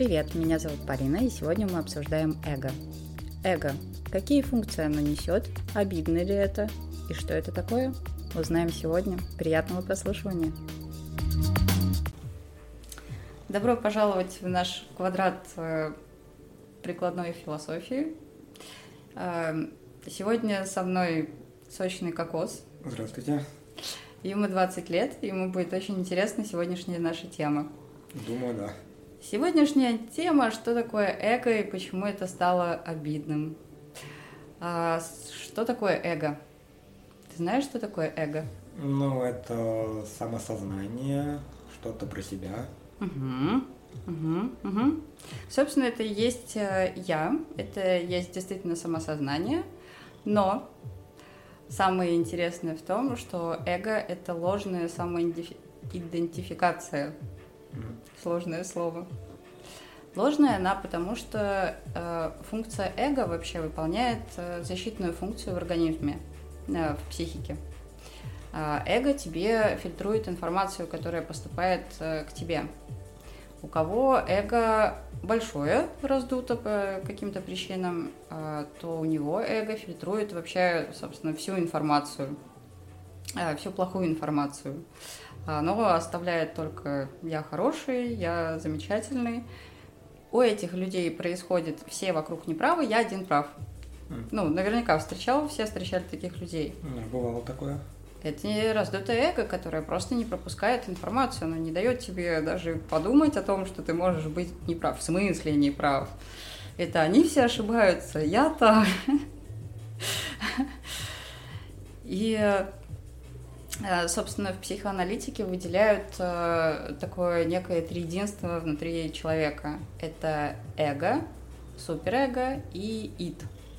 Привет, меня зовут Полина, и сегодня мы обсуждаем эго. Эго. Какие функции оно несет? Обидно ли это? И что это такое? Узнаем сегодня. Приятного прослушивания. Добро пожаловать в наш квадрат прикладной философии. Сегодня со мной сочный кокос. Здравствуйте. Ему 20 лет, и ему будет очень интересна сегодняшняя наша тема. Думаю, да. Сегодняшняя тема, что такое эго и почему это стало обидным. Что такое эго? Ты знаешь, что такое эго? Ну, это самосознание, что-то про себя. Собственно, это и есть я, это и есть действительно самосознание, но самое интересное в том, что эго — это ложная самоидентификация. Сложное слово. Ложная она, потому что функция эго вообще выполняет защитную функцию в организме, в психике. Эго тебе фильтрует информацию, которая поступает к тебе. У кого эго большое, раздуто по каким-то причинам, то у него эго фильтрует вообще, собственно, всю информацию, всю плохую информацию. Оно оставляет только «я хороший», «я замечательный». У этих людей происходит «все вокруг неправы, я один прав». Ну, наверняка все встречали таких людей. Бывало такое. Это не раздутое эго, которое просто не пропускает информацию. Оно не дает тебе даже подумать о том, что ты можешь быть неправ. В смысле неправ? Это они все ошибаются, я-то. И... собственно, в психоаналитике выделяют такое некое триединство внутри человека. Это эго, суперэго и ид.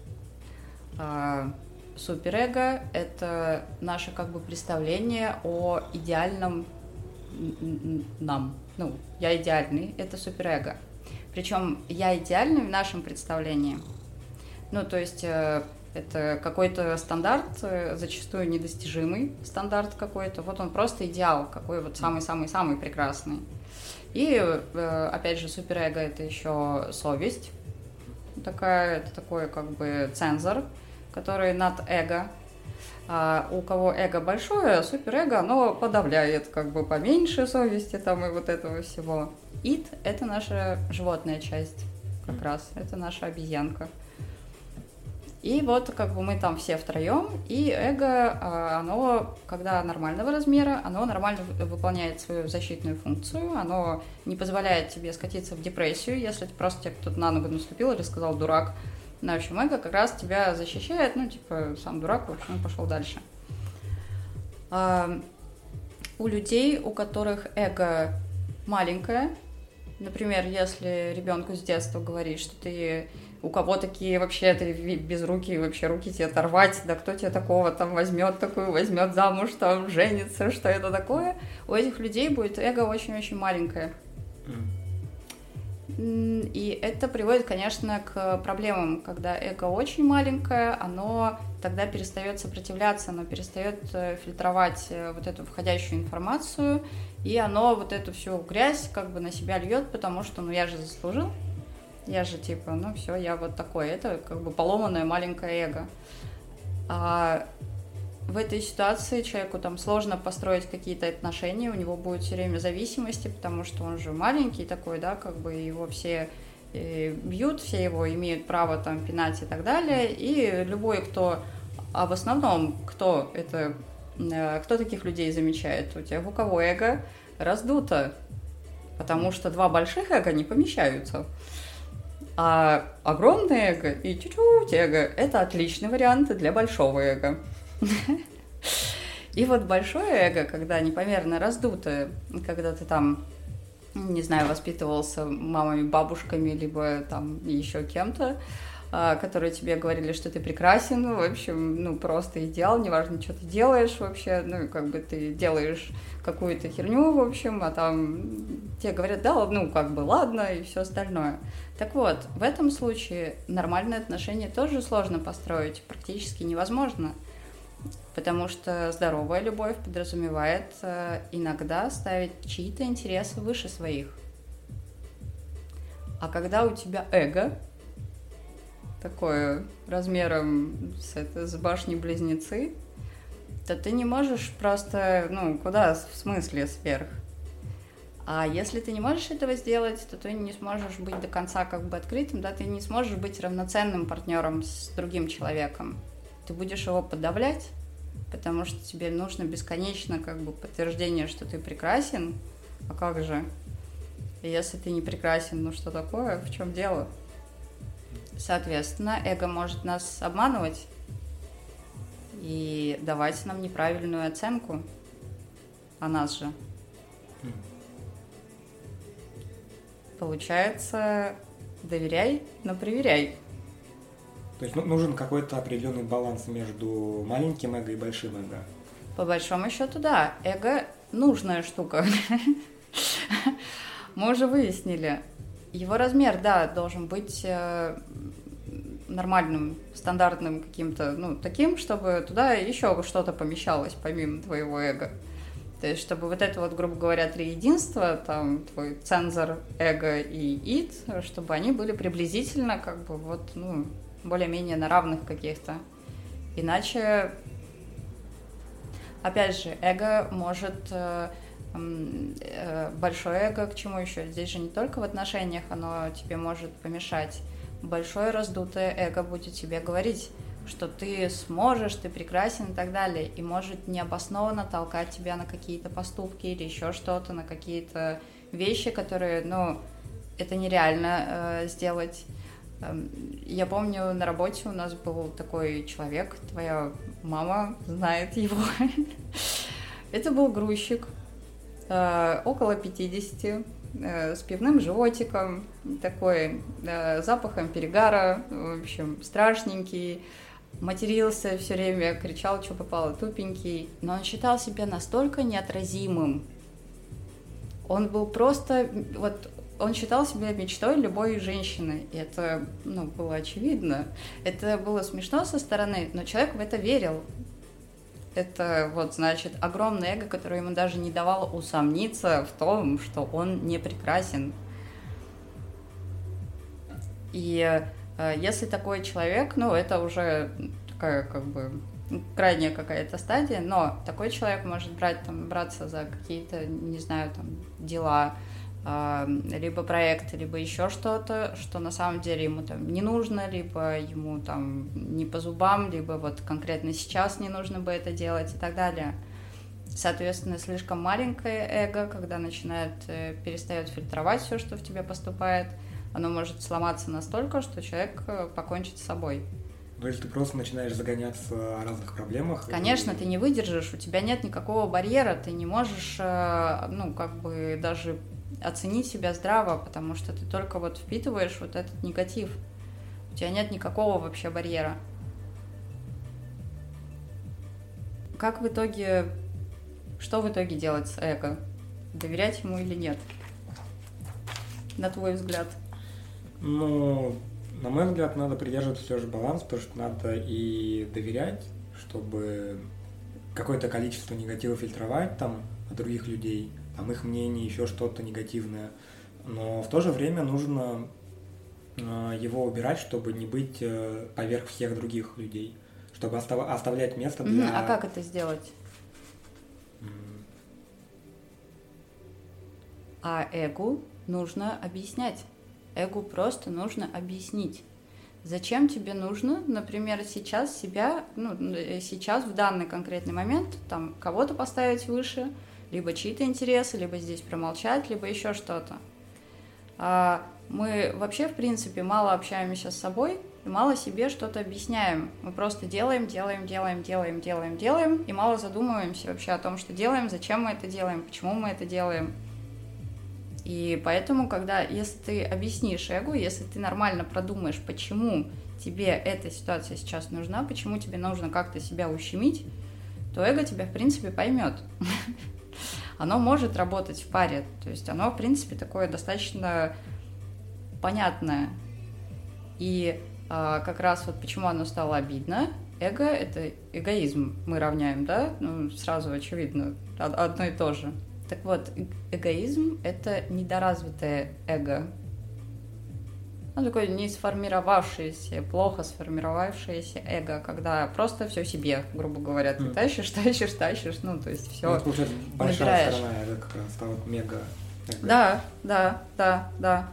Суперэго — это наше как бы представление о идеальном нам. Ну, я идеальный — это суперэго. Причем я идеальный в нашем представлении. Ну, то есть... это какой-то стандарт, зачастую недостижимый стандарт какой-то. Вот он просто идеал, какой вот самый-самый-самый прекрасный. И, опять же, суперэго — это еще совесть. Это такой как бы цензор, который над эго. У кого эго большое, суперэго, оно подавляет как бы поменьше совести там и вот этого всего. Ид — это наша животная часть как раз, это наша обезьянка. И вот как бы мы там все втроем, и эго, оно, когда нормального размера, оно нормально выполняет свою защитную функцию, оно не позволяет тебе скатиться в депрессию, если ты просто тебе кто-то на ногу наступил или сказал «дурак». Ну, в общем, эго как раз тебя защищает, ну, типа, сам дурак, в общем, пошел дальше. У людей, у которых эго маленькое, например, если ребенку с детства говоришь, что ты... У кого такие вообще, ты безрукий, вообще руки тебе оторвать, да кто тебе такого там возьмет замуж, там женится, что это такое? У этих людей будет эго очень-очень маленькое. И это приводит, конечно, к проблемам, когда эго очень маленькое, оно тогда перестает сопротивляться, оно перестает фильтровать вот эту входящую информацию, и оно вот эту всю грязь как бы на себя льет, потому что, ну, я же заслужил. Я же типа, ну все, я вот такой. Это как бы поломанное маленькое эго. А в этой ситуации человеку там сложно построить какие-то отношения, у него будет все время зависимости, потому что он же маленький такой, да, как бы его все бьют, все его имеют право там пинать и так далее. И любой, кто... А в основном, кто таких людей замечает? У кого эго раздуто, потому что два больших эго не помещаются. А огромное эго и чуть-чуть эго – это отличный вариант для большого эго. И вот большое эго, когда непомерно раздутое, когда ты там, не знаю, воспитывался мамами, бабушками, либо там еще кем-то, которые тебе говорили, что ты прекрасен, в общем, ну, просто идеал, неважно, что ты делаешь вообще, ну, как бы ты делаешь какую-то херню, в общем, а там тебе говорят, да, ну, как бы, ладно, и все остальное. Так вот, в этом случае нормальные отношения тоже сложно построить, практически невозможно, потому что здоровая любовь подразумевает иногда ставить чьи-то интересы выше своих. А когда у тебя эго, такое размером с башни-близнецы, то ты не можешь просто, куда, в смысле, сверх. А если ты не можешь этого сделать, то ты не сможешь быть до конца открытым, да, ты не сможешь быть равноценным партнером с другим человеком. Ты будешь его подавлять, потому что тебе нужно бесконечно подтверждение, что ты прекрасен. А как же? Если ты не прекрасен, что такое? В чем дело? Соответственно, эго может нас обманывать и давать нам неправильную оценку о нас же. Получается, доверяй, но проверяй. То есть нужен какой-то определенный баланс между маленьким эго и большим эго. По большому счету, да. Эго – нужная штука. Мы уже выяснили. Его размер, да, должен быть нормальным, стандартным каким-то, таким, чтобы туда еще что-то помещалось, помимо твоего эго. То есть, чтобы это грубо говоря, три единства, там, твой цензор, эго и ид, чтобы они были приблизительно, более-менее на равных каких-то. Иначе, опять же, эго может... большое эго к чему еще? Здесь же не только в отношениях оно тебе может помешать. Большое раздутое эго будет тебе говорить, что ты сможешь, ты прекрасен и так далее, и может необоснованно толкать тебя на какие-то поступки или еще что-то, на какие-то вещи, которые, это нереально сделать. Я помню, на работе у нас был такой человек, твоя мама знает его. Это был грузчик, около 50, с пивным животиком, такой запахом перегара, в общем, страшненький. Матерился все время, кричал, что попало, тупенький. Но он считал себя настолько неотразимым. Он был просто... он считал себя мечтой любой женщины. И это, было очевидно. Это было смешно со стороны, но человек в это верил. Это, значит, огромное эго, которое ему даже не давало усомниться в том, что он не прекрасен. И если такой человек, это уже такая, крайняя какая-то стадия, но такой человек может браться за какие-то, не знаю, дела, либо проекты, либо еще что-то, что на самом деле ему не нужно, либо ему не по зубам, либо конкретно сейчас не нужно бы это делать и так далее. Соответственно, слишком маленькое эго, когда перестает фильтровать все, что в тебе поступает, оно может сломаться настолько, что человек покончит с собой. То есть ты просто начинаешь загоняться о разных проблемах? Конечно, ты не выдержишь, у тебя нет никакого барьера, ты не можешь, даже оценить себя здраво, потому что ты только впитываешь этот негатив. У тебя нет никакого вообще барьера. Что в итоге делать с эго? Доверять ему или нет? На твой взгляд? На мой взгляд, надо придерживаться все же баланс, потому что надо и доверять, чтобы какое-то количество негатива фильтровать от других людей, их мнение, еще что-то негативное. Но в то же время нужно его убирать, чтобы не быть поверх всех других людей, чтобы оставлять место для... А как это сделать? А эго нужно объяснять. Эго просто нужно объяснить. Зачем тебе нужно, например, сейчас себя, сейчас в данный конкретный момент, кого-то поставить выше, либо чьи-то интересы, либо здесь промолчать, либо еще что-то. Мы вообще, в принципе, мало общаемся с собой и мало себе что-то объясняем. Мы просто делаем, и мало задумываемся вообще о том, что делаем, зачем мы это делаем, почему мы это делаем. И поэтому, если ты объяснишь эго, если ты нормально продумаешь, почему тебе эта ситуация сейчас нужна, почему тебе нужно как-то себя ущемить, то эго тебя, в принципе, поймет. Оно может работать в паре, то есть оно, в принципе, такое достаточно понятное. И как раз почему оно стало обидно. Эго – это эгоизм, мы равняем, да? Сразу очевидно, одно и то же. Так вот, эгоизм – это недоразвитое эго. Ну, такое не сформировавшееся, плохо сформировавшееся эго, когда просто все себе, грубо говоря, ты тащишь, ну, то есть все. Это получается большая сторона эго, как раз та вот мега эго. Да.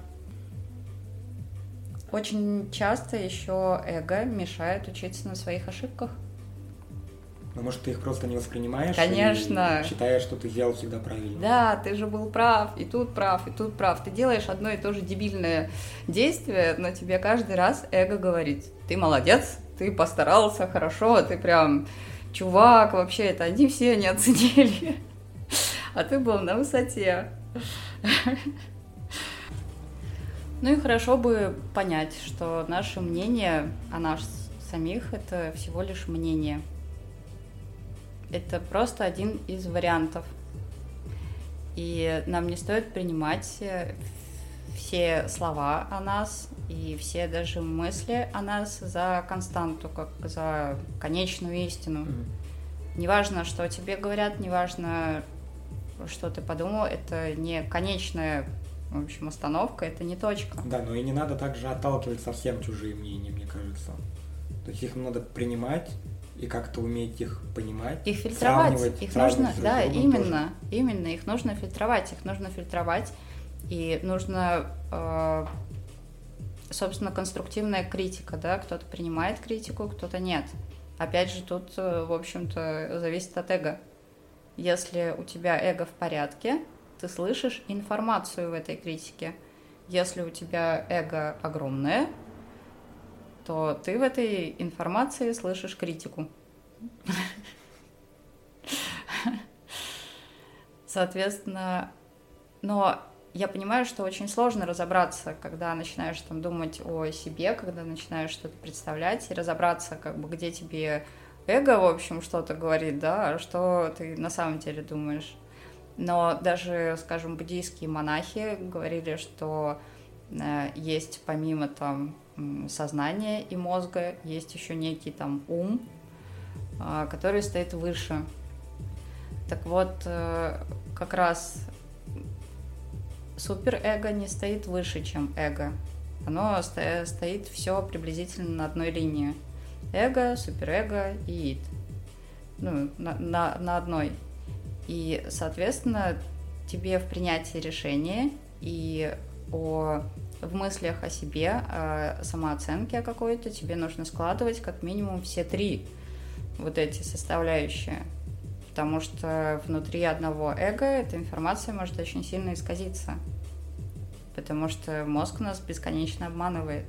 Очень часто еще эго мешает учиться на своих ошибках. Ну, может, ты их просто не воспринимаешь? Конечно. И считаешь, что ты сделал всегда правильно. Да, ты же был прав, и тут прав, и тут прав. Ты делаешь одно и то же дебильное действие, но тебе каждый раз эго говорит: ты молодец, ты постарался хорошо, ты прям чувак, вообще это они все не оценили, а ты был на высоте. Ну и хорошо бы понять, что наше мнение о нас самих — это всего лишь мнение. Это просто один из вариантов. И нам не стоит принимать все слова о нас и все даже мысли о нас за константу, как за конечную истину. Неважно, что тебе говорят, неважно, что ты подумал, это не конечная, в общем, остановка, это не точка. Да, но и не надо также отталкивать совсем чужие мнения, мне кажется. То есть их надо принимать и как-то уметь их понимать, их фильтровать, их нужно, да, именно, их нужно фильтровать, и нужно, собственно, конструктивная критика, да, кто-то принимает критику, кто-то нет. Опять же, тут, в общем-то, зависит от эго. Если у тебя эго в порядке, ты слышишь информацию в этой критике. Если у тебя эго огромное, то ты в этой информации слышишь критику. Соответственно, но я понимаю, что очень сложно разобраться, когда начинаешь там думать о себе, когда начинаешь что-то представлять, и разобраться, как бы, где тебе эго, в общем, что-то говорит, да, а что ты на самом деле думаешь. Но даже, скажем, буддийские монахи говорили, что есть помимо там сознания и мозга, есть еще некий там ум, который стоит выше. Так вот, как раз суперэго не стоит выше, чем эго. Оно стоит все приблизительно на одной линии. Эго, суперэго и ид. Ну, на одной. И, соответственно, тебе в принятии решения и в мыслях о себе, о самооценке какой-то, тебе нужно складывать как минимум все три вот эти составляющие. Потому что внутри одного эго эта информация может очень сильно исказиться. Потому что мозг нас бесконечно обманывает.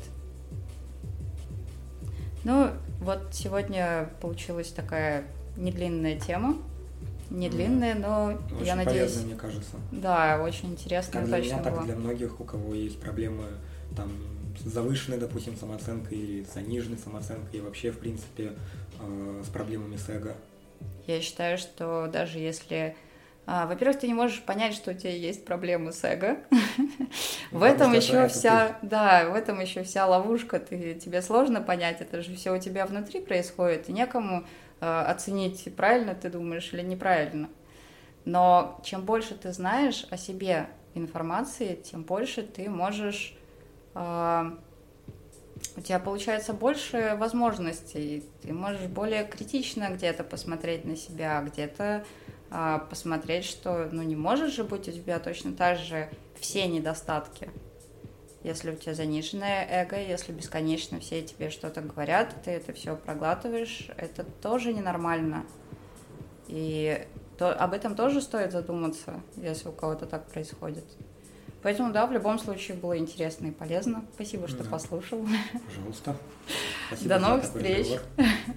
Ну, вот сегодня получилась такая недлинная тема. Не длинная, но очень я надеюсь... полезно, мне кажется. Да, очень интересно. Как для точно меня, так было. и для многих, у кого есть проблемы там, с завышенной, допустим, самооценкой или с заниженной самооценкой, и вообще, в принципе, с проблемами с эго. Я считаю, что даже если... Во-первых, ты не можешь понять, что у тебя есть проблемы с эго. В этом еще вся ловушка. Тебе сложно понять, это же все у тебя внутри происходит, и некому оценить, правильно ты думаешь или неправильно. Но чем больше ты знаешь о себе информации, тем больше ты можешь... У тебя получается больше возможностей, ты можешь более критично где-то посмотреть на себя, где-то посмотреть, что не может же быть у тебя точно так же все недостатки. Если у тебя заниженное эго, если бесконечно все тебе что-то говорят, ты это все проглатываешь, это тоже ненормально. И об этом тоже стоит задуматься, если у кого-то так происходит. Поэтому, да, в любом случае было интересно и полезно. Спасибо, что послушал. Пожалуйста. Спасибо. До новых встреч.